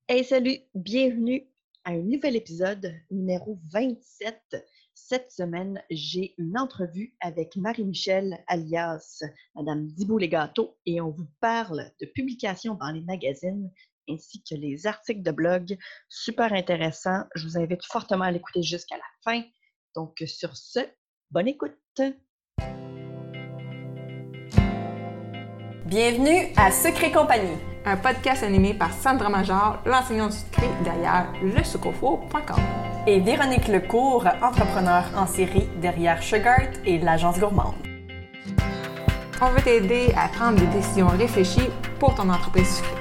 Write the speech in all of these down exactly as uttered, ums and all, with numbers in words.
Hey, salut! Bienvenue à un nouvel épisode, numéro vingt-sept. Cette semaine, j'ai une entrevue avec Marie-Michel, alias Madame Dibou-les-Gâteaux, et on vous parle de publications dans les magazines ainsi que les articles de blog. Super intéressant. Je vous invite fortement à l'écouter jusqu'à la fin. Donc, sur ce, bonne écoute! Bienvenue à Secret Compagnie, un podcast animé par Sandra Major, l'enseignante du secret derrière le sucofo point com. et Véronique Lecourt, entrepreneur en série derrière Sugart et l'agence gourmande. On veut t'aider à prendre des décisions réfléchies pour ton entreprise sucrée.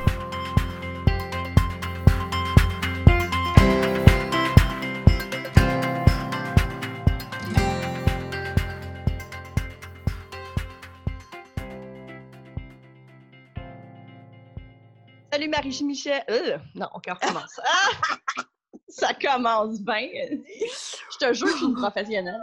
Salut Marie-Michel! Euh, non, on recommence. Ah! Ça commence bien. Je te jure que je suis une professionnelle.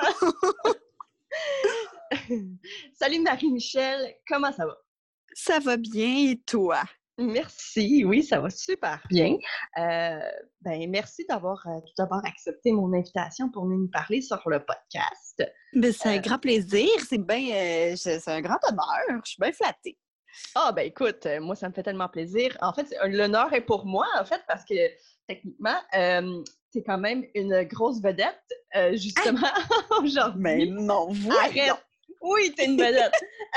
Salut Marie-Michel, comment ça va? Ça va bien et toi? Merci, oui, ça va super bien. Euh, ben, merci d'avoir euh, tout d'abord accepté mon invitation pour venir nous parler sur le podcast. Ben, c'est un Euh, grand plaisir, c'est bien, euh, c'est c'est un grand honneur, je suis bien flattée. Ah, ben écoute, euh, moi, ça me fait tellement plaisir. En fait, c'est- l'honneur est pour moi, en fait, parce que techniquement, euh, t'es quand même une grosse vedette, euh, justement, Mais aujourd'hui. non, voyons! Arrête! Oui, t'es une vedette!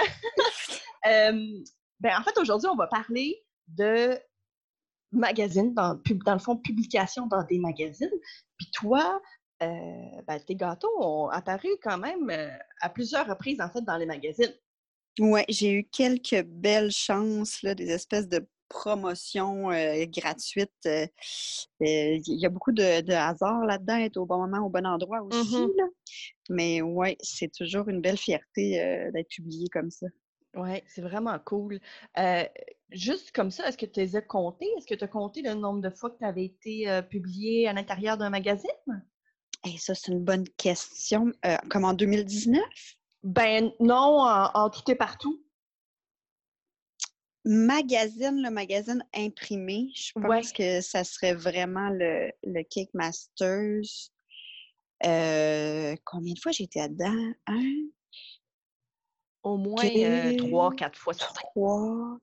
Euh, ben, en fait, aujourd'hui, on va parler de magazines, dans, pub- dans le fond, publication dans des magazines. Puis toi, euh, ben, tes gâteaux ont apparu quand même euh, à plusieurs reprises, en fait, dans les magazines. Ouais, j'ai eu quelques belles chances, là, des espèces de promotions euh, gratuites. euh, euh, Il y a beaucoup de, de hasard là-dedans, être au bon moment, au bon endroit aussi, Mhm. là. Mais ouais, c'est toujours une belle fierté euh, d'être publié comme ça. Oui, c'est vraiment cool. Euh, juste comme ça, est-ce que tu les as comptés? Est-ce que tu as compté le nombre de fois que tu avais été euh, publié à l'intérieur d'un magazine? Et ça, c'est une bonne question. Euh, comme en deux mille dix-neuf? Ben non, en, en tout et partout. Magazine, le magazine imprimé, je Ouais, pense que ça serait vraiment le, le Cake Masters. Euh, combien de fois j'ai été là-dedans? Un, au moins euh, trois, deux, quatre fois certains. trois,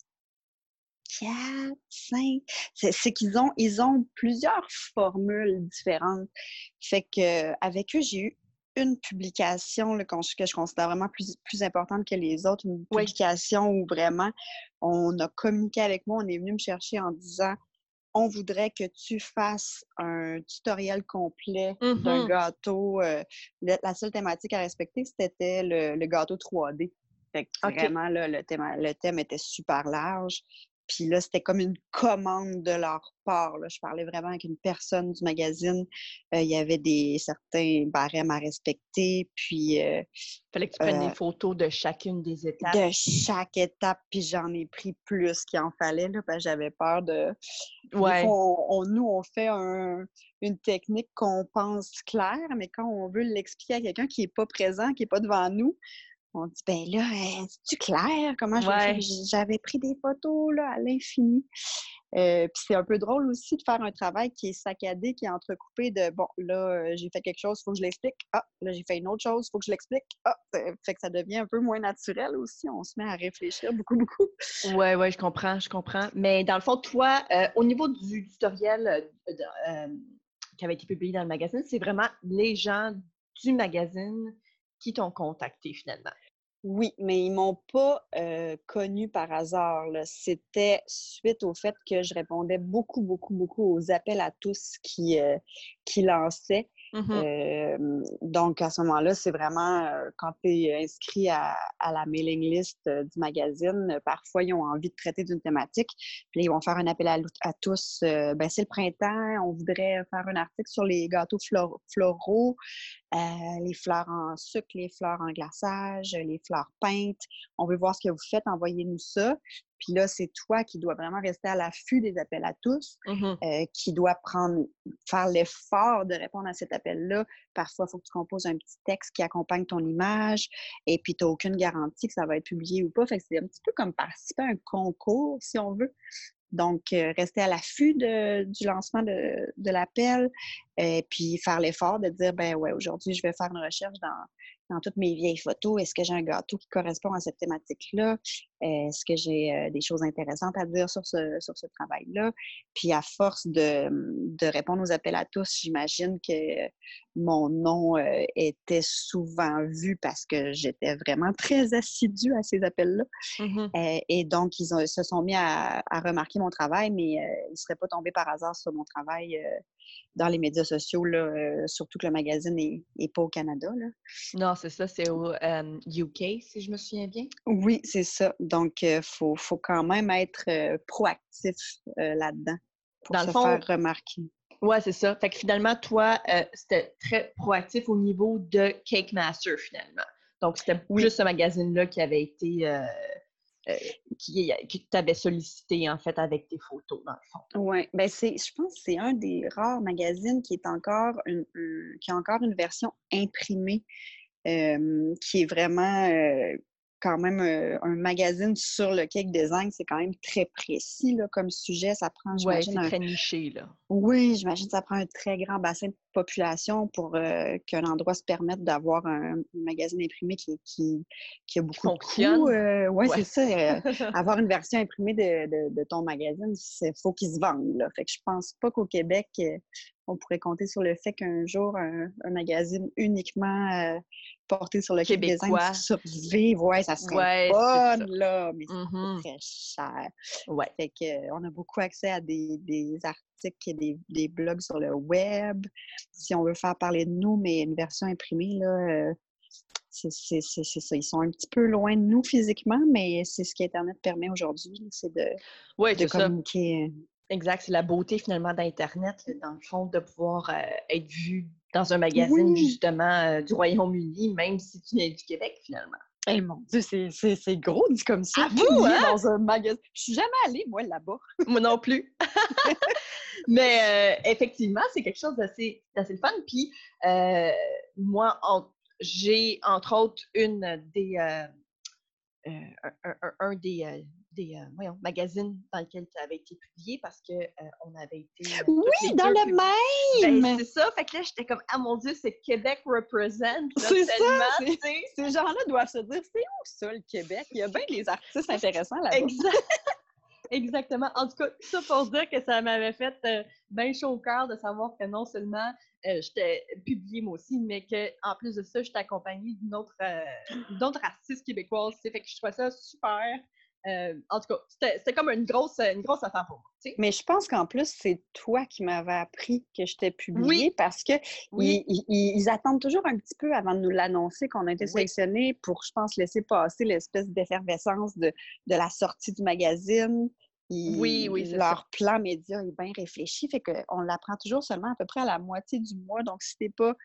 quatre, cinq. C'est, c'est qu'ils ont, ils ont plusieurs formules différentes. Fait que avec eux, j'ai eu une publication là, qu'on- que je considère vraiment plus, plus importante que les autres, une Oui. publication où vraiment on a communiqué avec moi, on est venu me chercher en disant on voudrait que tu fasses un tutoriel complet d'un Mhm. gâteau. Euh, le- la seule thématique à respecter, c'était le, le gâteau trois D. Fait que OK. vraiment, là, le thème, le thème était super large. Puis là, c'était comme une commande de leur part, là. Je parlais vraiment avec une personne du magazine. Euh, il y avait des certains barèmes à respecter. Puis euh, Fallait que tu prennes des euh, photos de chacune des étapes. de chaque étape, puis j'en ai pris plus qu'il en fallait, là, parce que j'avais peur de... Des fois, Ouais. on, on- nous, on fait un- une technique qu'on pense claire, mais quand on veut l'expliquer à quelqu'un qui n'est pas présent, qui n'est pas devant nous, on dit, ben là, euh, c'est-tu clair? Comment je le fais? Ouais. J- J'avais pris des photos là, à l'infini. Euh, puis c'est un peu drôle aussi de faire un travail qui est saccadé, qui est entrecoupé de, bon, là, euh, j'ai fait quelque chose, il faut que je l'explique. Ah, là, j'ai fait une autre chose, il faut que je l'explique. Ah, euh, fait que ça devient un peu moins naturel aussi. On se met à réfléchir beaucoup, beaucoup. Ouais, ouais, je comprends, je comprends. Mais dans le fond, toi, euh, au niveau du tutoriel euh, de- euh, qui avait été publié dans le magazine, c'est vraiment les gens du magazine qui t'ont contacté finalement. Oui, mais ils m'ont pas euh, connue par hasard, là. C'était suite au fait que je répondais beaucoup, beaucoup, beaucoup aux appels à tous qui, euh, qui lançaient. Mhm. Euh, donc, à ce moment-là, c'est vraiment euh, quand tu es inscrit à, à la mailing list euh, du magazine, euh, parfois ils ont envie de traiter d'une thématique, puis là, ils vont faire un appel à, à tous. Euh, ben, c'est le printemps, on voudrait faire un article sur les gâteaux flor- floraux. Euh, les fleurs en sucre, les fleurs en glaçage, les fleurs peintes. On veut voir ce que vous faites, envoyez-nous ça. Puis là, c'est toi qui dois vraiment rester à l'affût des appels à tous, Mhm. euh, qui doit prendre, faire l'effort de répondre à cet appel-là. Parfois, il faut que tu composes un petit texte qui accompagne ton image, et puis tu n'as aucune garantie que ça va être publié ou pas. Fait que c'est un petit peu comme participer à un concours, si on veut. Donc, euh, rester à l'affût de, du lancement de, de l'appel, et puis faire l'effort de dire, ben ouais, aujourd'hui, je vais faire une recherche dans, dans toutes mes vieilles photos. Est-ce que j'ai un gâteau qui correspond à cette thématique-là? Est-ce que j'ai euh, des choses intéressantes à dire sur ce, sur ce travail-là? Puis, à force de, de répondre aux appels à tous, j'imagine que mon nom euh, était souvent vu parce que j'étais vraiment très assidue à ces appels-là. Mhm. Euh, et donc, ils, ont, ils se sont mis à, à remarquer mon travail, mais euh, ils ne seraient pas tombés par hasard sur mon travail euh, dans les médias sociaux, là, euh, surtout que le magazine n'est pas au Canada, là. Non, c'est ça, c'est au euh, U K, si je me souviens bien. Oui, c'est ça. Donc, il euh, faut, faut quand même être euh, proactif euh, là-dedans pour Dans se le fond, faire remarquer. ouais, c'est ça. Fait que finalement, toi, euh, c'était très proactif au niveau de Cake Master, finalement. Donc, c'était Oui. plus ce magazine-là qui avait été... Euh, euh, qui, qui t'avait sollicité, en fait, avec tes photos, dans le fond. Oui. Ben c'est, je pense que c'est un des rares magazines qui est encore une, une- qui a encore une version imprimée, euh, qui est vraiment... euh, quand même euh, un magazine sur le cake design, c'est quand même très précis là, comme sujet. Ça prend, Ouais, j'imagine, c'est un... très niché, là. Oui, j'imagine que ça prend un très grand bassin de population pour euh, qu'un endroit se permette d'avoir un, un magazine imprimé qui, qui, qui a Qui beaucoup de fonctionne. coûts. Euh, ouais, Ouais. c'est ça. Euh, avoir une version imprimée de, de, de ton magazine, il faut qu'il se vende, là. Fait que je pense pas qu'au Québec, euh, on pourrait compter sur le fait qu'un jour, un, un magazine uniquement euh, porté sur le cake design Québécois. survive. Ouais, ça serait Ouais, fun, c'est ça. là, mais ça Mhm. coûterait cher. Ouais. Fait que, euh, on a beaucoup accès à des, des articles et des, des blogs sur le web. Si on veut faire parler de nous, mais une version imprimée, là, euh, c'est c'est- c'est- c'est ça. Ils sont un petit peu loin de nous physiquement, mais c'est ce qu'Internet permet aujourd'hui, là, c'est de, Ouais, de c'est ça. communiquer. Exact. C'est la beauté, finalement, d'Internet, là, dans le fond, de pouvoir euh, être vu dans un magazine, Oui! justement, euh, du Royaume-Uni, même si tu viens du Québec, finalement. Eh mon Dieu, c'est c'est- c'est gros dit comme ça. Avoue, Publié hein? dans un magasin. Je suis jamais allée, moi, là-bas. Moi non plus. Mais euh, effectivement, c'est quelque chose d'assez d'assez le fun. Puis euh, moi, en- j'ai entre autres une des euh, euh, un, un- un- un des, euh, des euh, voyons, magazines dans lequel tu avais été publié parce que euh, on avait été euh, toutes les Oui, dans deux le publiées. Ben, même! c'est ça. Fait que là, j'étais comme ah mon Dieu, c'est Québec represent là, C'est ça! tellement, c'est- tu sais. Ces gens-là doivent se dire, c'est où ça, le Québec? Il y a bien des artistes intéressants là-bas. Exact. Exactement. En tout cas, tout ça pour dire que ça m'avait fait euh, bien chaud au cœur de savoir que non seulement euh, j'étais publiée moi aussi, mais qu'en plus de ça, j'étais accompagnée d'une autre, euh, d'autres artistes québécoises. Fait que je trouvais ça super. Euh, en tout cas, c'était, c'était comme une grosse, une grosse affaire pour moi. T'sais. Mais je pense qu'en plus, c'est toi qui m'avais appris que j'étais publiée Oui, parce que oui, ils, ils- ils attendent toujours un petit peu avant de nous l'annoncer qu'on a été oui, sélectionnés pour, je pense, laisser passer l'espèce d'effervescence de, de la sortie du magazine. oui, Ils- oui, c'est ça. leur plan média est bien réfléchi, fait qu'on l'apprend toujours seulement à peu près à la moitié du mois. Donc, si t'es pas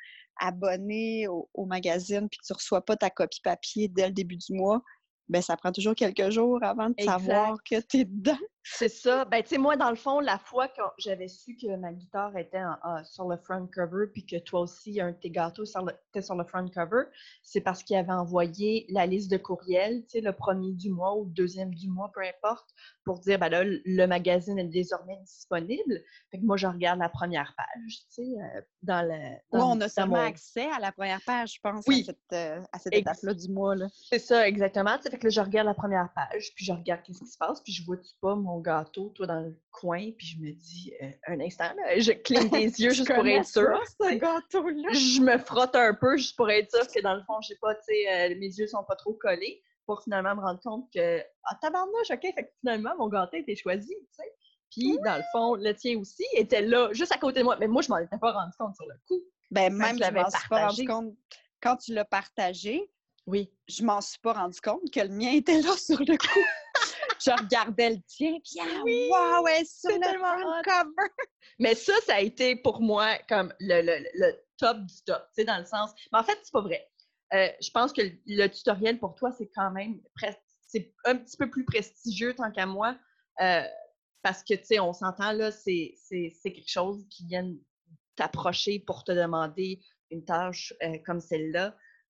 abonné au, au magazine puis que tu reçois pas ta copie papier dès le début du mois, ben ça prend toujours quelques jours avant de Exact. savoir que t'es dedans. C'est ça. Ben, tu sais, moi, dans le fond, la fois que j'avais su que ma guitare était en- en- sur le front cover, puis que toi aussi, un de tes gâteaux sur le- était sur le front cover, c'est parce qu'il avait envoyé la liste de courriels, tu sais, le premier du mois ou le deuxième du mois, peu importe, pour dire, ben là, le magazine est désormais disponible. Fait que moi, je regarde la première page, tu sais, euh, dans le. Oui, Dans, on a dans seulement mon... accès à la première page, je pense, à Oui, cette, euh, à cette ex- étape-là du mois, là. c'est ça, exactement. Tu sais, fait que là, je regarde la première page, puis je regarde qu'est-ce qui se passe, puis je vois-tu pas mon gâteau, toi, dans le coin, puis je me dis, euh, un instant, là, je cligne des yeux Je juste pour connais être sûre. ça, ce tu sais. gâteau-là. Je me frotte un peu juste pour être sûre que dans le fond, j'ai pas, tu sais, euh, mes yeux sont pas trop collés, pour finalement me rendre compte que, ah, tabarnouche, ok, fait que finalement, mon gâteau a été choisi, tu sais. Puis, dans le fond, le tien aussi était là, juste à côté de moi. Mais moi, je m'en étais pas rendu compte sur le coup. Ben, Quand même, je je l'avais m'en suis pas rendu partagé. compte. Quand tu l'as partagé, Oui. je m'en suis pas rendu compte que le mien était là sur le coup. Je regardais le tien, puis ah, Oui, wow, ouais, sur c'est le tellement front hot. cover. Mais ça, ça a été pour moi comme le, le, le top du top, tu sais, dans le sens. Mais en fait, c'est pas vrai. Euh, je pense que le, le tutoriel pour toi, c'est quand même presque, c'est un petit peu plus prestigieux tant qu'à moi. Euh, parce que, tu sais, on s'entend là, c'est, c'est, c'est quelque chose qui vient t'approcher pour te demander une tâche euh, comme celle-là.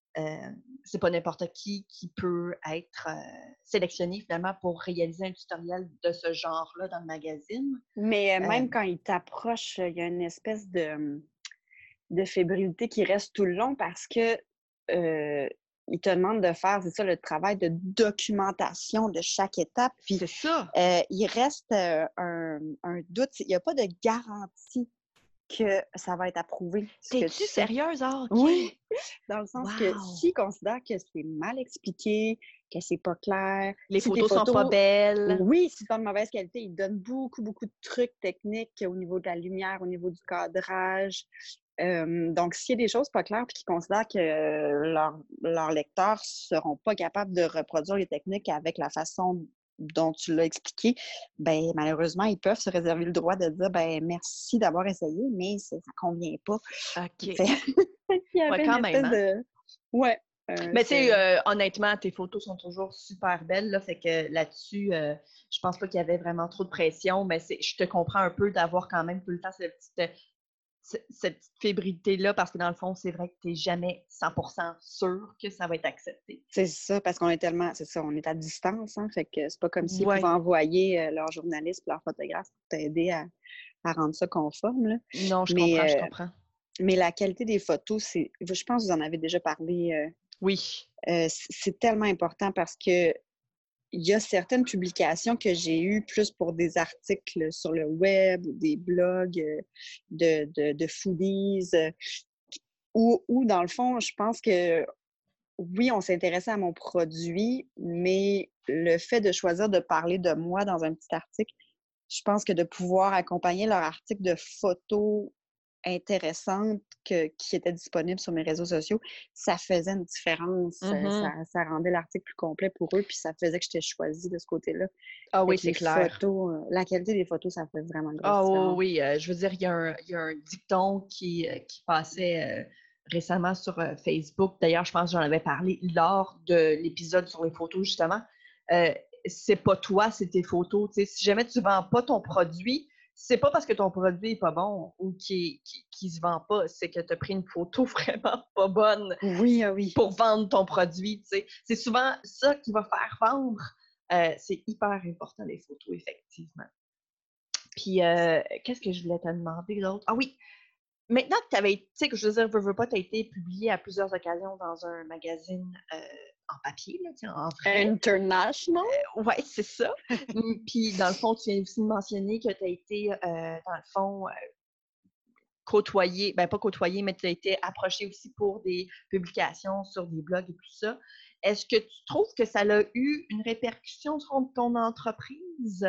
euh, c'est pas n'importe qui qui peut être euh, sélectionné finalement pour réaliser un tutoriel de ce genre-là dans le magazine. Mais euh, Euh, même quand ils t'approchent, il y a une espèce de, de fébrilité qui reste tout le long parce que euh, ils te demandent de faire, c'est ça, le travail de documentation de chaque étape. Puis c'est ça. euh, il reste euh, un, un doute. Il n'y a pas de garantie que ça va être approuvé. ce que T'es-tu tu fais. sérieuse? Ah, ok. Oui, dans le sens que Wow. s'ils considèrent que c'est mal expliqué, que c'est pas clair, Les si tes photos sont pas belles. oui, si c'est pas de mauvaise qualité, ils donnent beaucoup, beaucoup de trucs techniques au niveau de la lumière, au niveau du cadrage. Euh, donc, s'il y a des choses pas claires et qu'ils considèrent que euh, leurs leurs lecteurs seront pas capables de reproduire les techniques avec la façon dont tu l'as expliqué, ben malheureusement, ils peuvent se réserver le droit de dire ben merci d'avoir essayé, mais ça ne convient pas. OK. Fait... il y avait Ouais, quand une espèce même, hein? de... Ouais. Euh, Mais tu c'est- sais, euh, honnêtement, tes photos sont toujours super belles, là, fait que là-dessus, euh, je pense pas qu'il y avait vraiment trop de pression, mais c'est, je te comprends un peu d'avoir quand même tout le temps cette petite, ce- cette petite fébrilité-là, parce que dans le fond, c'est vrai que tu n'es jamais cent pour cent sûr que ça va être accepté. C'est ça, parce qu'on est tellement, c'est ça, on est à distance, hein, fait que c'est pas comme s'ils Ouais. pouvaient envoyer euh, leurs journalistes et leurs photographes pour t'aider à, à rendre ça conforme, là. Non, je Mais, comprends, je euh, comprends. mais la qualité des photos, c'est, je pense que vous en avez déjà parlé, euh, Oui. euh, c- c'est tellement important parce que il y a certaines publications que j'ai eues plus pour des articles sur le web ou des blogs euh, de, de, de foodies, euh, où, où, dans le fond, je pense que oui, on s'intéressait à mon produit, mais le fait de choisir de parler de moi dans un petit article, je pense que de pouvoir accompagner leur article de photos intéressantes que, qui étaient disponibles sur mes réseaux sociaux, ça faisait une différence. Euh, Mhm. Ça, ça rendait l'article plus complet pour eux, puis ça faisait que j'étais choisie de ce côté-là. Ah oui, Fait que c'est les clair. photos, euh, la qualité des photos, ça fait vraiment une grosse Ah oui, différence. oui, euh, je veux dire, il y a un, il y a un dicton qui, euh, qui passait euh, récemment sur euh, Facebook. D'ailleurs, je pense que j'en avais parlé lors de l'épisode sur les photos, justement. Euh, c'est pas toi, c'est tes photos. Tu sais, si jamais tu vends pas ton produit, c'est pas parce que ton produit est pas bon ou qu'il qui, qui se vend pas, c'est que tu as pris une photo vraiment pas bonne Oui, ah oui. pour vendre ton produit. Tu sais. C'est souvent ça qui va faire vendre. Euh, c'est hyper important, les photos, effectivement. Puis, euh, qu'est-ce que je voulais te demander d'autre? Ah oui, maintenant que tu avais, tu sais, que je veux dire, veux, veux pas, tu as été publié à plusieurs occasions dans un magazine euh, en papier, là, tiens, en vrai. International? Euh, ouais, c'est ça. Puis, dans le fond, tu viens aussi de mentionner que tu as été, euh, dans le fond, euh, côtoyé, ben pas côtoyé, mais tu as été approché aussi pour des publications sur des blogs et tout ça. Est-ce que tu trouves que ça a eu une répercussion sur ton entreprise?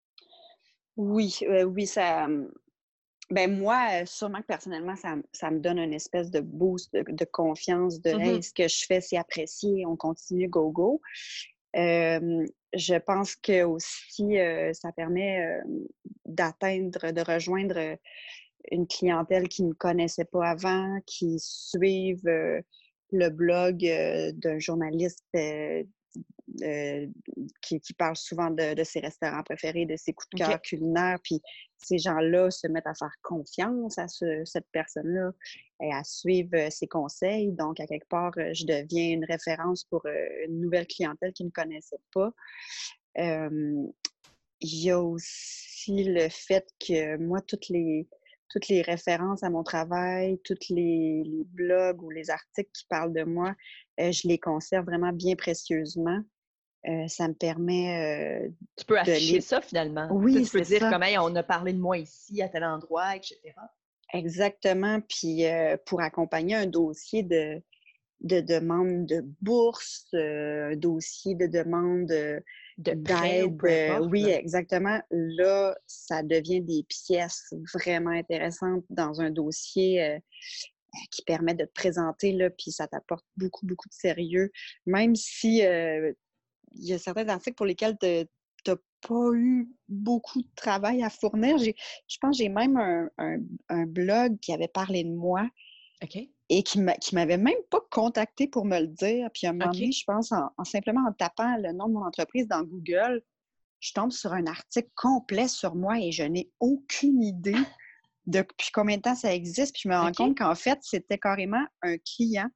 Oui, euh, oui, ça. Ben moi, euh, sûrement que personnellement, ça, m- ça me donne une espèce de boost de, de confiance de Hey, Mhm. ce que je fais, c'est apprécié, on continue, go, go. Euh, je pense que aussi, euh, ça permet euh, d'atteindre, de rejoindre euh, une clientèle qui ne me connaissait pas avant, qui suivent euh, le blog euh, d'un journaliste euh, euh, qui, qui parle souvent de, de ses restaurants préférés, de ses coups de cœur OK. culinaires. Puis ces gens-là se mettent à faire confiance à ce- cette personne-là et à suivre euh, ses conseils. Donc, à quelque part, euh, je deviens une référence pour euh, une nouvelle clientèle qui ne me connaissait pas. Euh, Il y a aussi le fait que moi, toutes les, toutes les références à mon travail, tous les, les blogs ou les articles qui parlent de moi, euh, je les conserve vraiment bien précieusement. Euh, ça me permet euh, Tu peux de afficher les... ça finalement. Tu sais, Oui, tu peux c'est dire ça. comme hey, on a parlé de moi ici à tel endroit, et cetera. Exactement. Puis euh, pour accompagner un dossier de, de demande de bourse, euh, un dossier de demande euh, De prêt ou d'aide, peu euh, importe. oui, Là. exactement. Là, ça devient des pièces vraiment intéressantes dans un dossier euh, qui permet de te présenter, là, puis ça t'apporte beaucoup, beaucoup de sérieux. Même si euh, il y a certains articles pour lesquels tu n'as pas eu beaucoup de travail à fournir. J'ai, je pense que j'ai même un, un, un blog qui avait parlé de moi OK. et qui m'a, qui m'avait même pas contacté pour me le dire. Puis à un moment OK. donné, je pense, en, en simplement en tapant le nom de mon entreprise dans Google, je tombe sur un article complet sur moi et je n'ai aucune idée de depuis combien de temps ça existe. Puis je me rends OK. compte qu'en fait, c'était carrément un client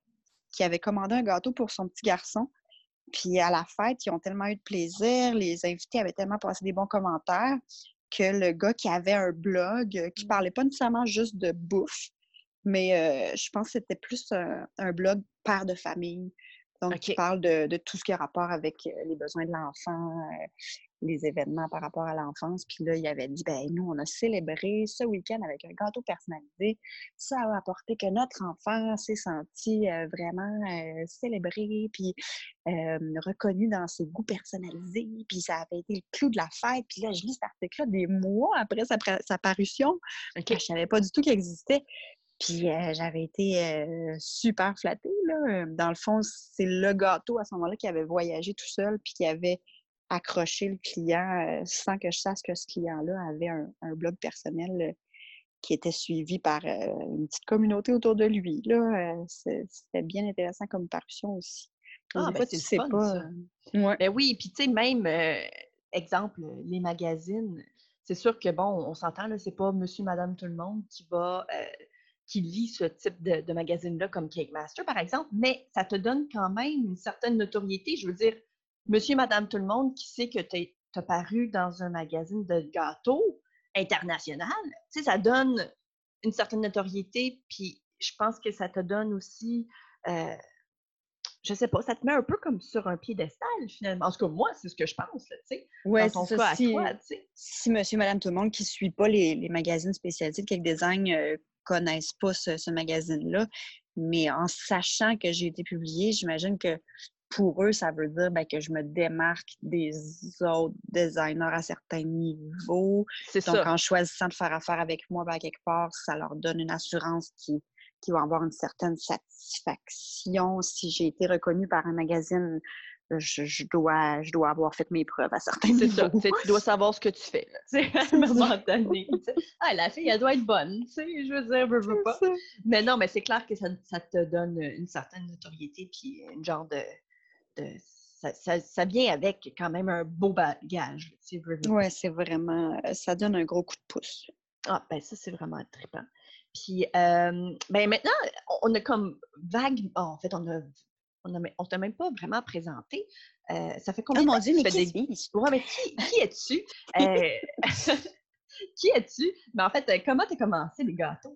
qui avait commandé un gâteau pour son petit garçon. Puis à la fête, ils ont tellement eu de plaisir, les invités avaient tellement passé des bons commentaires que le gars qui avait un blog, euh, qui parlait pas nécessairement juste de bouffe, mais euh, je pense que c'était plus un, un blog père de famille. Donc, qui OK. parle de, de tout ce qui a rapport avec euh, les besoins de l'enfant, euh, les événements par rapport à l'enfance. Puis là, il avait dit, ben nous, on a célébré ce week-end avec un gâteau personnalisé. Ça a apporté que notre enfant s'est senti euh, vraiment euh, célébré, puis euh, reconnu dans ses goûts personnalisés. Puis ça avait été le clou de la fête. Puis là, je lis cet article-là des mois après sa, pra- sa parution. OK. Je savais pas du tout qu'il existait. Puis euh, j'avais été euh, super flattée, là. Dans le fond, c'est le gâteau à ce moment-là qui avait voyagé tout seul puis qui avait accroché le client euh, sans que je sache que ce client-là avait un, un blog personnel euh, qui était suivi par euh, une petite communauté autour de lui, là. Euh, c'est- c'était bien intéressant comme parution aussi. Donc, Ah, des ben fois, c'est tu le sais fun, pas. ça. euh, Ouais. Ben oui, puis tu sais, même, euh, exemple, les magazines, c'est sûr que, bon, on s'entend, là, c'est pas monsieur, madame, tout le monde qui va, euh, qui lit ce type de, de magazine-là comme Cake Master, par exemple, mais ça te donne quand même une certaine notoriété. Je veux dire, monsieur, madame, tout le monde qui sait que tu as paru dans un magazine de gâteaux international, tu sais, ça donne une certaine notoriété, puis je pense que ça te donne aussi, euh, je sais pas, ça te met un peu comme sur un piédestal, finalement. En tout cas, moi, c'est ce que je pense, là, tu sais, Ouais, dans c'est ton ça. cas à Si, toi, tu sais. si monsieur, madame, tout le monde qui ne suit pas les, les magazines spécialisés de Cake Design ne connaissent pas ce, ce magazine-là, mais en sachant que j'ai été publiée, j'imagine que pour eux, ça veut dire ben, que je me démarque des autres designers à certains niveaux. C'est Donc, ça. en choisissant de faire affaire avec moi, ben, quelque part, ça leur donne une assurance qui, qui va avoir une certaine satisfaction. Si j'ai été reconnue par un magazine, je, je dois, je dois avoir fait mes preuves à certains C'est niveaux. ça. Tu sais, tu dois savoir ce que tu fais, là, tu sais, à un C'est moment ça. donné. Tu sais. Ah, la fille, elle doit être bonne, tu sais, je veux dire, veux, veux C'est pas. ça. Mais non, mais c'est clair que ça, ça te donne une certaine notoriété, puis une genre de... de ça, ça, ça vient avec quand même un beau bagage, tu sais, veux, veux pas. Ouais, c'est vraiment, euh, ça donne un gros coup de pouce. Ah, ben ça, c'est vraiment trippant. Puis, euh, ben maintenant, on a comme vague... oh, en fait, on a, on a, on t'a même pas vraiment présenté. Euh, ça fait Oh combien de mon temps Dieu, que tu mais fais qui des... suis-je? Ouais, mais qui, qui es-tu? Euh, qui es-tu? Mais en fait, euh, comment tu as commencé les gâteaux?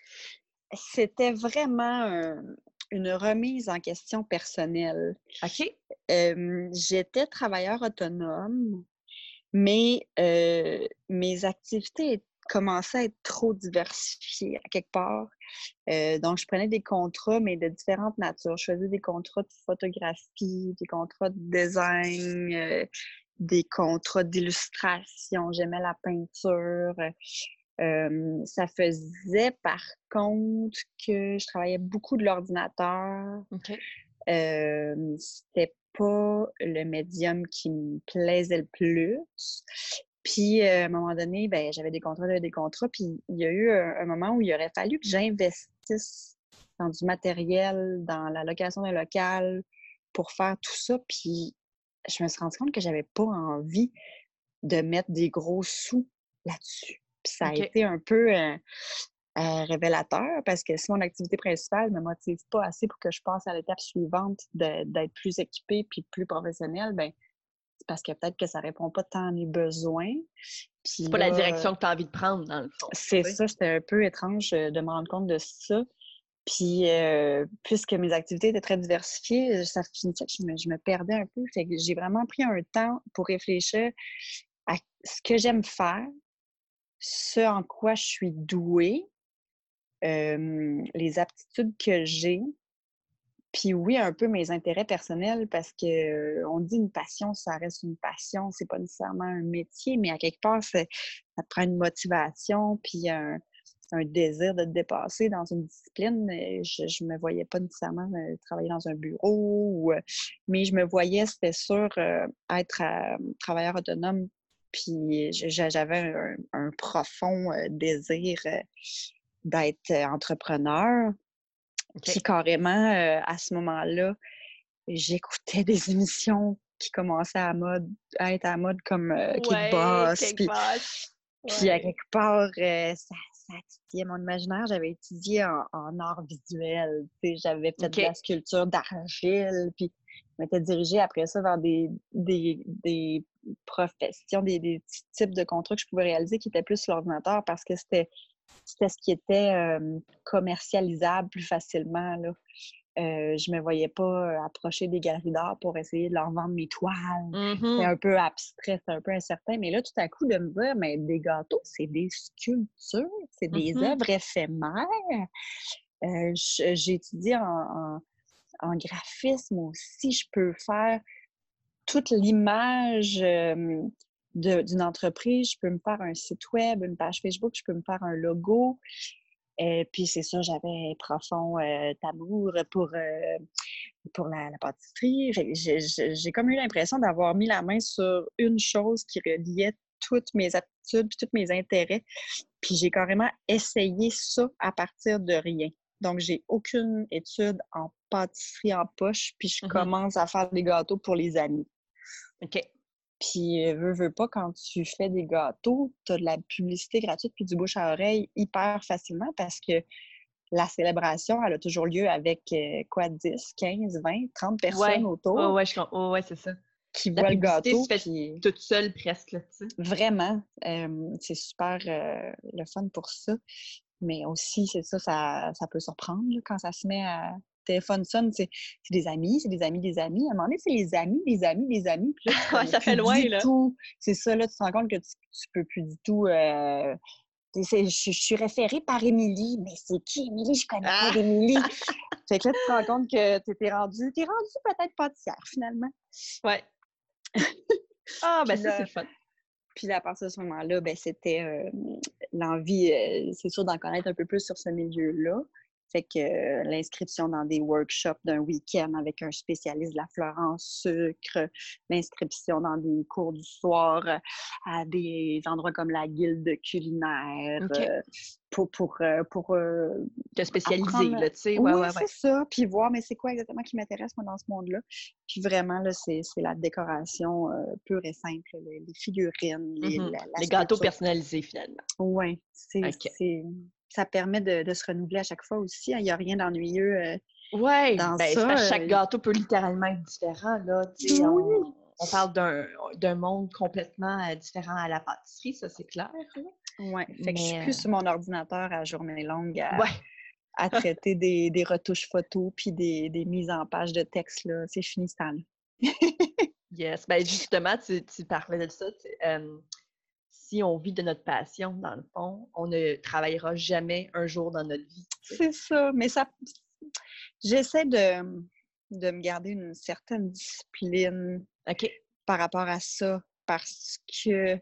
C'était vraiment un- une remise en question personnelle. OK? Euh, j'étais travailleur autonome, mais euh, mes activités commençaient à être trop diversifiées à quelque part. Euh, donc, je prenais des contrats, mais de différentes natures. Je faisais des contrats de photographie, des contrats de design, euh, des contrats d'illustration. J'aimais la peinture. Euh, ça faisait par contre que je travaillais beaucoup de l'ordinateur. OK. Euh, c'était pas le médium qui me plaisait le plus. Puis, euh, à un moment donné, ben, j'avais des contrats, j'avais des contrats. Puis, il y a eu un, un moment où il aurait fallu que j'investisse dans du matériel, dans la location d'un local pour faire tout ça. Puis, je me suis rendu compte que j'avais pas envie de mettre des gros sous là-dessus. Puis, ça a OK. été un peu euh, euh, révélateur parce que si mon activité principale ne me motive pas assez pour que je passe à l'étape suivante de- d'être plus équipée puis plus professionnelle, ben c'est parce que peut-être que ça répond pas tant à mes besoins. Puis C'est pas la là, direction que tu as envie de prendre, dans le fond. c'est tu sais. ça, c'était un peu étrange euh, de me rendre compte de ça. Puis, euh, puisque mes activités étaient très diversifiées, ça finissait que je me, je me perdais un peu. Fait que j'ai vraiment pris un temps pour réfléchir à ce que j'aime faire, ce en quoi je suis douée, euh, les aptitudes que j'ai, puis oui, un peu mes intérêts personnels parce que euh, on dit une passion, ça reste une passion, c'est pas nécessairement un métier, mais à quelque part, c'est- ça te prend une motivation, puis un, un désir de te dépasser dans une discipline. Euh, Je, ne me voyais pas nécessairement euh, travailler dans un bureau, ou, euh, mais je me voyais, c'était sûr, euh, être euh, travailleur autonome, puis je- je- j'avais un, un profond euh, désir euh, d'être euh, entrepreneur. Puis OK. carrément, euh, à ce moment-là, j'écoutais des émissions qui commençaient à, mode, à être à la mode comme euh, Kick Ouais, Boss. quelque Puis, part. puis à Ouais. quelque part, euh, ça, ça titillait mon imaginaire. J'avais étudié en, en art visuel. Tu sais, j'avais fait OK. de la sculpture d'argile, puis je m'étais dirigée après ça vers des, des, des professions, des, des petits types de contrats que je pouvais réaliser qui étaient plus sur l'ordinateur parce que c'était, c'était ce qui était euh, commercialisable plus facilement, là. Euh, je me voyais pas euh, approcher des galeries d'art pour essayer de leur vendre mes toiles. C'était Mhm. un peu abstrait, c'était un peu incertain. Mais là, tout à coup, de me dire, mais des gâteaux, c'est des sculptures, c'est des Mhm. œuvres éphémères. Euh, j- j'ai étudié en, en- en graphisme aussi. Je peux faire toute l'image euh, de- d'une entreprise. Je peux me faire un site web, une page Facebook, je peux me faire un logo. Et puis c'est ça, j'avais un profond euh, amour pour, euh, pour la, la pâtisserie. J'ai, j'ai- j'ai j'ai comme eu l'impression d'avoir mis la main sur une chose qui reliait toutes mes aptitudes puis tous mes intérêts. Puis j'ai carrément essayé ça à partir de rien. Donc, j'ai aucune étude en pâtisserie en poche, puis je Mhm. commence à faire des gâteaux pour les amis. OK. Puis, euh, veux, veux pas, quand tu fais des gâteaux, tu as de la publicité gratuite puis du bouche à oreille hyper facilement parce que la célébration, elle a toujours lieu avec euh, quoi, dix, quinze, vingt, trente personnes Ouais. autour Ouais, ouais, je comprends. Ouais, ouais, c'est ça. qui La voient le publicité gâteau. se fait Puis, toute seule presque, là, tu sais. vraiment, euh, c'est super euh, le fun pour ça. Mais aussi, c'est ça, ça, ça peut surprendre là, quand ça se met à. Téléphone sonne, c'est c'est des amis, c'est des amis, des amis. À un moment donné, c'est les amis, des amis, des amis. Puis là, tu Ouais, connais ça fait plus loin, du là. tout. C'est ça, là, tu te rends compte que tu, tu peux plus du tout. euh, tu sais, je, je suis référée par Émilie, mais c'est qui Émilie? Je connais pas Ah! d'Émilie. Fait que là, tu te rends compte que tu t'es rendu, t'es rendu peut-être pâtissière, finalement. Ouais. Ah, ben Puis ça, c'est là, le fun. puis là, à partir de ce moment-là, ben, c'était euh, l'envie, euh, c'est sûr, d'en connaître un peu plus sur ce milieu-là. Fait que euh, l'inscription dans des workshops d'un week-end avec un spécialiste de la fleur en sucre, l'inscription dans des cours du soir euh, à des endroits comme la guilde culinaire OK. euh, pour, pour, euh, pour euh, Te spécialiser, apprendre. là, tu sais. Ouais, Oui, ouais, c'est ouais. ça. Puis voir, mais c'est quoi exactement qui m'intéresse, moi, dans ce monde-là. Puis vraiment, là, c'est c'est la décoration euh, pure et simple, les, les figurines, les, Mhm. la, la Les gâteaux sculpture. personnalisés, finalement. Oui, c'est, OK. c'est, ça permet de, de se renouveler à chaque fois aussi. Il n'y a rien d'ennuyeux euh, Ouais, dans ben, c'est parce que ça. chaque euh, gâteau peut littéralement être différent, là. Tu sais, Oui, on, on parle d'un d'un monde complètement euh, différent à la pâtisserie, ça, c'est clair, là. ouais. Fait que je suis Mais, plus sur mon ordinateur à journée longue euh, à, ouais. à traiter des, des retouches photos puis des, des mises en page de texte, là. C'est fini ce temps-là. Yes. Ben, justement, tu, tu parlais de ça. tu sais, euh, si on vit de notre passion, dans le fond, on ne travaillera jamais un jour dans notre vie. tu sais. C'est ça, mais ça, j'essaie de, de me garder une certaine discipline OK. par rapport à ça parce que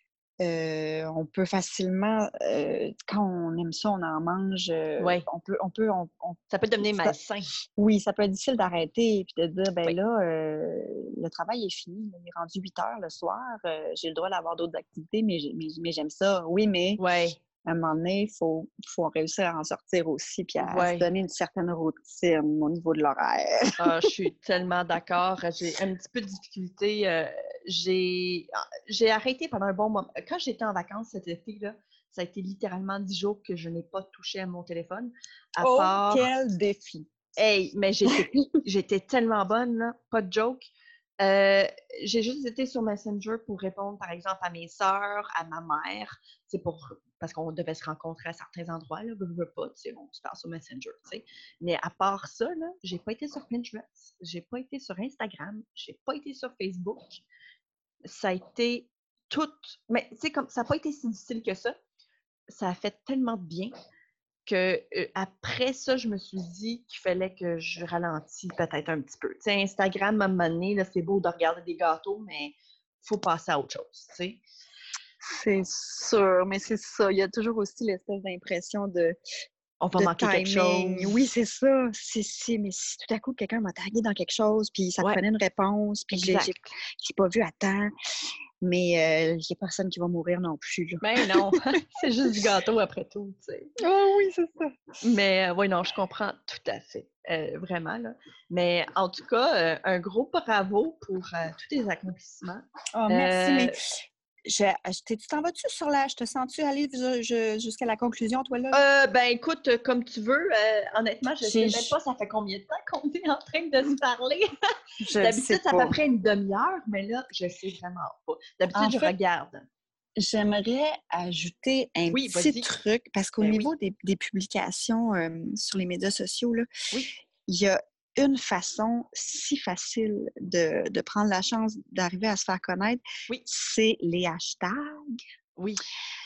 euh, on peut facilement, euh, quand on aime ça, on en mange, euh, Ouais. on peut, on peut, on, on- Ça peut devenir ça- malsain. oui, ça peut être difficile d'arrêter et de dire, ben Oui. là, euh, le travail est fini, là, il est rendu huit heures le soir, euh, j'ai le droit d'avoir d'autres activités, mais, j'ai- mais, mais j'aime ça. Oui, mais Ouais. à un moment donné, il faut, faut réussir à en sortir aussi, puis à, à se Ouais. donner une certaine routine au niveau de l'horaire. Ah, je suis tellement d'accord. J'ai un petit peu de difficulté. euh, j'ai ah, j'ai arrêté pendant un bon moment. Quand j'étais en vacances cet été-là, ça a été littéralement dix jours que je n'ai pas touché à mon téléphone, à Oh, part... quel défi! Hey, mais j'étais j'étais tellement bonne, là, pas de joke. Euh, j'ai juste été sur Messenger pour répondre, par exemple, à mes sœurs, à ma mère, c'est pour parce qu'on devait se rencontrer à certains endroits, là, veux, veux pas, tu sais, on se parle sur Messenger, tu sais. Mais à part ça, là, j'ai pas été sur Pinterest, j'ai pas été sur Instagram, j'ai pas été sur Facebook. Ça a été tout, mais tu sais, comme ça n'a pas été si difficile que ça. Ça a fait tellement de bien que euh, après ça, je me suis dit qu'il fallait que je ralentis peut-être un petit peu. Tu sais, Instagram, à un moment donné, là, c'est beau de regarder des gâteaux, mais il faut passer à autre chose, tu sais. C'est sûr, mais c'est ça. Il y a toujours aussi l'espèce d'impression de, On va de manquer quelque timing. chose. Oui, c'est ça. C'est, c'est, mais si tout à coup, quelqu'un m'a tagué dans quelque chose, puis ça Ouais, prenait une réponse, puis j'ai, j'ai, exact. j'ai pas vu à temps, mais il n'y a personne qui va mourir non plus, là. Mais non, c'est juste du gâteau après tout, tu sais. Oh oui, c'est ça. Mais euh, oui, non, je comprends tout à fait, euh, vraiment, là. Mais en tout cas, euh, un gros bravo pour euh, tous tes accomplissements. Oh, merci, Euh, mais je, je- tu t'en vas-tu sur la... Je te sens-tu aller ju- ju- jusqu'à la conclusion, toi, là? Euh, ben écoute, euh, comme tu veux. Euh, honnêtement, je sais J'ai- même pas ça fait combien de temps qu'on est en train de se parler. Je le sais D'habitude, c'est à peu pas. près une demi-heure, mais là, je sais vraiment pas. D'habitude, En je fait, regarde. j'aimerais ajouter un Oui, petit vas-y. truc, parce qu'au Ben oui. niveau des, des publications euh, sur les médias sociaux, là, Oui. il y a une façon si facile de, de prendre la chance d'arriver à se faire connaître, Oui. c'est les hashtags. Oui.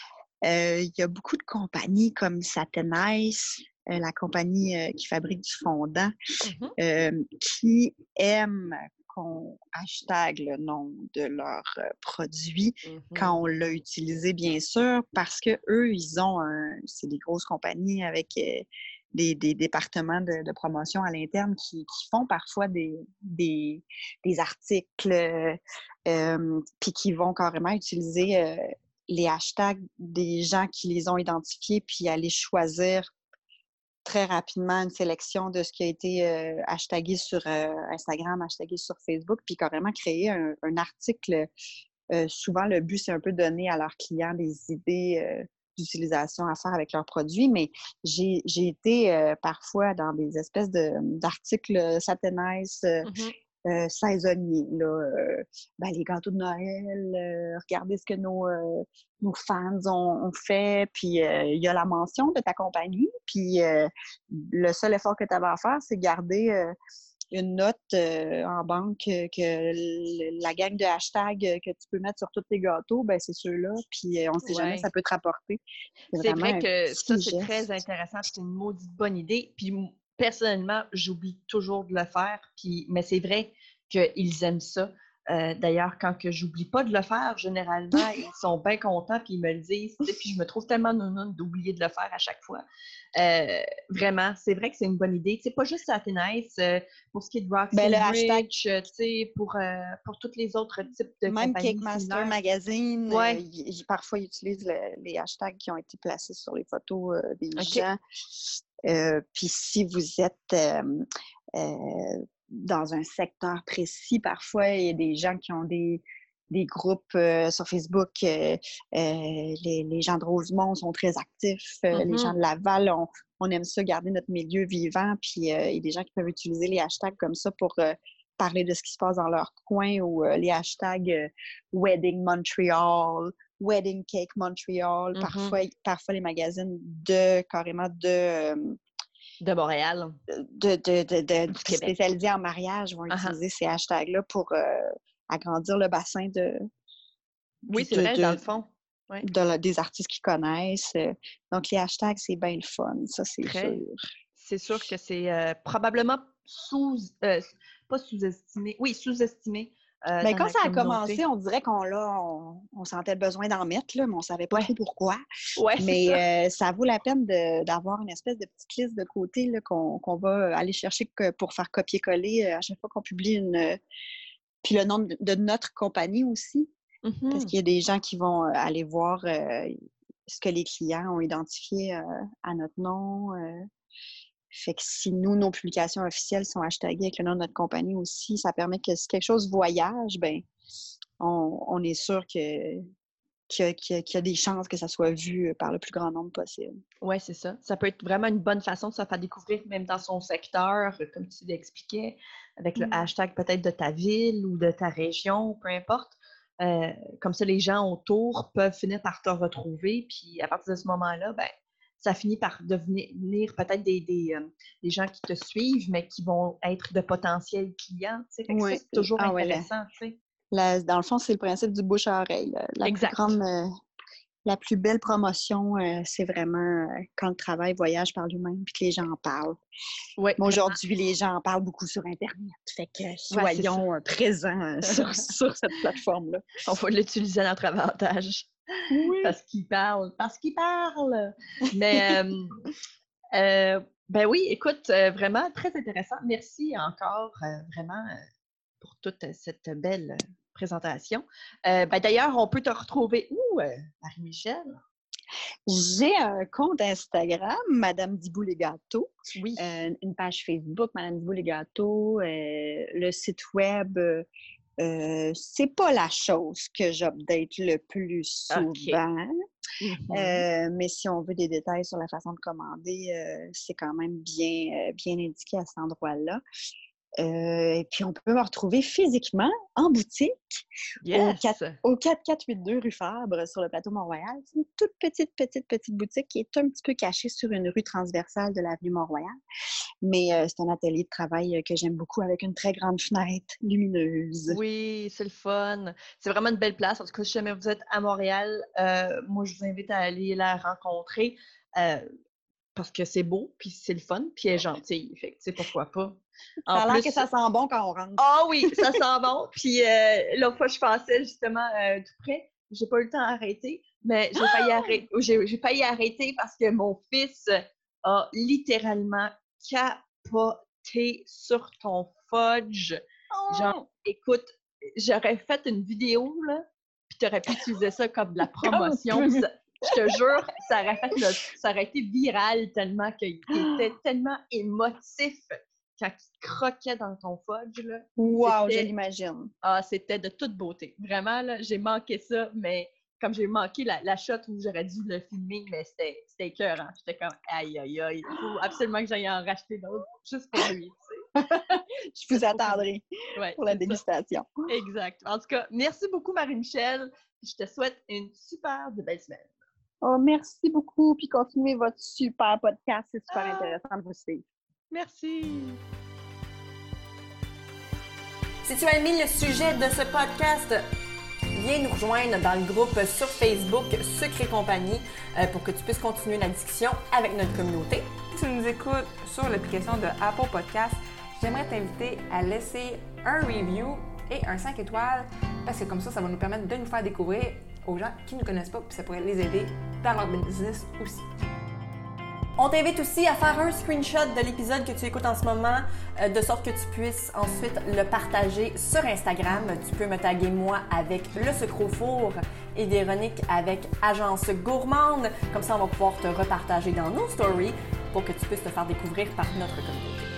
Euh, il y a beaucoup de compagnies comme Satanice, euh, la compagnie euh, qui fabrique du fondant, Mhm. euh, qui aiment qu'on hashtag le nom de leur euh, produit Mhm. quand on l'a utilisé, bien sûr, parce que eux, ils ont un, c'est des grosses compagnies avec euh, des, des départements de, de promotion à l'interne qui, qui font parfois des, des, des articles, euh, euh, puis qui vont carrément utiliser euh, les hashtags des gens qui les ont identifiés, puis aller choisir très rapidement une sélection de ce qui a été euh, hashtagué sur euh, Instagram, hashtagué sur Facebook, puis carrément créer un, un article. Euh, souvent, le but, c'est un peu donner à leurs clients des idées euh, d'utilisation à faire avec leurs produits, mais j'ai, j'ai été euh, parfois dans des espèces de, d'articles Satanice, euh, Mhm. euh, saisonniers. Là, euh, ben, les gâteaux de Noël, euh, regardez ce que nos, euh, nos fans ont, ont fait, puis euh, il y a la mention de ta compagnie, puis euh, le seul effort que tu avais à faire, c'est garder euh, une note euh, en banque euh, que l- la gang de hashtags euh, que tu peux mettre sur tous tes gâteaux, ben c'est ceux-là, puis euh, on ne sait jamais, Ouais. ça peut te rapporter. C'est C'est vraiment vrai un que ça, petit c'est geste. très intéressant, puis c'est une maudite bonne idée. Puis m- personnellement, j'oublie toujours de le faire, puis mais c'est vrai qu'ils aiment ça. Euh, d'ailleurs, quand que j'oublie pas de le faire, généralement, ils sont bien contents, puis ils me le disent, tu sais, puis je me trouve tellement nounoune d'oublier de le faire à chaque fois. Euh, vraiment, c'est vrai que c'est une bonne idée. C'est pas juste Satinès, euh, pour ce qui est de Roxy Ben, le hashtag, Rich, euh, tu sais, pour, euh, pour tous les autres types de même compagnies Cake Master similaires. Magazine, euh, Ouais, y- y- parfois ils utilisent le- les hashtags qui ont été placés sur les photos euh, des OK. gens. Euh, Puis si vous êtes euh, euh, dans un secteur précis, parfois il y a des gens qui ont des, des groupes euh, sur Facebook. euh, euh, les, les gens de Rosemont sont très actifs. euh, Les gens Mhm. de Laval, on, on aime ça, garder notre milieu vivant. Puis euh, il y a des gens qui peuvent utiliser les hashtags comme ça pour euh, parler de ce qui se passe dans leur coin, ou euh, les hashtags euh, Wedding Montreal, Wedding Cake Montreal. Mhm. Parfois, parfois les magazines de carrément de, euh, De Montréal, de, de, de, de- du Québec. spécialisés en mariage vont Ah ah. utiliser ces hashtags-là pour euh, agrandir le bassin de, Oui, du- c'est de, vrai, dans de, le fond. Ouais, de la- des artistes qu'ils connaissent. Euh, Donc, les hashtags, c'est bien le fun, ça, c'est sûr. très. C'est sûr que c'est euh, probablement sous, euh, pas sous-estimé, oui, sous-estimé euh, Ben, dans quand la ça a commencé, communauté. on dirait qu'on l'a, on, on sentait le besoin d'en mettre, là, mais on savait pas Ouais, trop pourquoi. ouais, c'est ça. Mais euh, ça vaut la peine de- d'avoir une espèce de petite liste de côté là, qu'on qu'on va aller chercher que- pour faire copier-coller euh, à chaque fois qu'on publie une. euh, Puis le nom de, de notre compagnie aussi, parce Mhm. qu'il y a des gens qui vont euh, aller voir euh, ce que les clients ont identifié euh, à notre nom. euh. Fait que si nous, nos publications officielles sont hashtagées avec le nom de notre compagnie aussi, ça permet que si quelque chose voyage, ben on, on est sûr que, qu'il y a, qu'il y a- qu'il y a des chances que ça soit vu par le plus grand nombre possible. Ouais, c'est ça. Ça peut être vraiment une bonne façon de se faire découvrir, même dans son secteur, euh, comme tu l'expliquais, avec le Mm. hashtag peut-être de ta ville ou de ta région, peu importe. Euh, comme ça, les gens autour peuvent finir par te retrouver, puis à partir de ce moment-là, ben, ça finit par devenir peut-être des, des, euh, des gens qui te suivent, mais qui vont être de potentiels clients. Tu sais. Fait que ça, Oui. c'est toujours Ah ouais, la- intéressant. Tu sais. la- dans le fond, c'est le principe du bouche à oreille. La, la plus Exact. grande, euh, la plus belle promotion, euh, c'est vraiment euh, quand le travail voyage par lui-même puis que les gens en parlent. Ouais, Mais vraiment. aujourd'hui, les gens en parlent beaucoup sur Internet. Fait que Ouais, c'est soyons euh, présents euh, sur, sur cette plateforme-là. On va l'utiliser à notre avantage. Oui. Parce qu'il parle. Parce qu'il parle. Mais, euh, euh, ben oui, écoute, euh, vraiment très intéressant. Merci encore, euh, vraiment, euh, pour toute cette belle euh, présentation. Euh, ben, d'ailleurs, on peut te retrouver où, euh, Marie-Michel? J'ai un compte Instagram, Madame Dibou les gâteaux, Oui. euh, une page Facebook, Madame Dibou les gâteaux, euh, le site web euh, Euh, c'est pas la chose que j'update le plus souvent. OK. Mm-hmm. Euh, mais si on veut des détails sur la façon de commander, euh, c'est quand même bien, euh, bien indiqué à cet endroit-là. Euh, et puis, on peut me retrouver physiquement en boutique Yes! au, quatre, au quatre quatre huit deux rue Fabre sur le plateau Mont-Royal. C'est une toute petite, petite, petite boutique qui est un petit peu cachée sur une rue transversale de l'avenue Mont-Royal. Mais euh, c'est un atelier de travail que j'aime beaucoup avec une très grande fenêtre lumineuse. Oui, c'est le fun. C'est vraiment une belle place. En tout cas, si jamais vous êtes à Montréal, euh, moi, je vous invite à aller la rencontrer euh, parce que c'est beau, puis c'est le fun, puis elle est gentille. Fait que, tu sais, pourquoi pas. En ça a l'air plus... que ça sent bon quand on rentre. Ah oui, ça sent bon. Puis euh, l'autre fois, je passais justement euh, tout près. J'ai pas eu le temps d'arrêter, mais j'ai failli, arrêter... j'ai, j'ai failli arrêter parce que mon fils a littéralement capoté sur ton fudge. Oh! Genre, écoute, j'aurais fait une vidéo, là, puis t'aurais pu utiliser ça comme de la promotion. Ça, je te jure, ça aurait, fait le, ça aurait été viral tellement qu'il était tellement émotif quand il croquait dans ton fudge. Là. Wow, je l'imagine. Ah, c'était de toute beauté. Vraiment, là, j'ai manqué ça, mais comme j'ai manqué la, la shot où j'aurais dû le filmer, mais c'était, c'était écœurant. J'étais comme, aïe, aïe, aïe, il faut absolument que j'aille en racheter d'autres juste pour lui. Je vous attendrai ouais, pour la dégustation. Ça. Exact. En tout cas, merci beaucoup, Marie-Michel. Je te souhaite une super de belle semaine. Oh, merci beaucoup. Puis continuez votre super podcast. C'est super ah. intéressant de vous suivre. Merci. Si tu as aimé le sujet de ce podcast, viens nous rejoindre dans le groupe sur Facebook Sucre et compagnie euh, pour que tu puisses continuer la discussion avec notre communauté. Si tu nous écoutes sur l'application de Apple Podcast, j'aimerais t'inviter à laisser un review et un cinq étoiles parce que comme ça, ça va nous permettre de nous faire découvrir aux gens qui ne nous connaissent pas puis ça pourrait les aider dans leur business aussi. On t'invite aussi à faire un screenshot de l'épisode que tu écoutes en ce moment, euh, de sorte que tu puisses ensuite le partager sur Instagram. Tu peux me taguer moi avec Le Sucre au Four et Véronique avec Agence Gourmande. Comme ça, on va pouvoir te repartager dans nos stories pour que tu puisses te faire découvrir par notre communauté.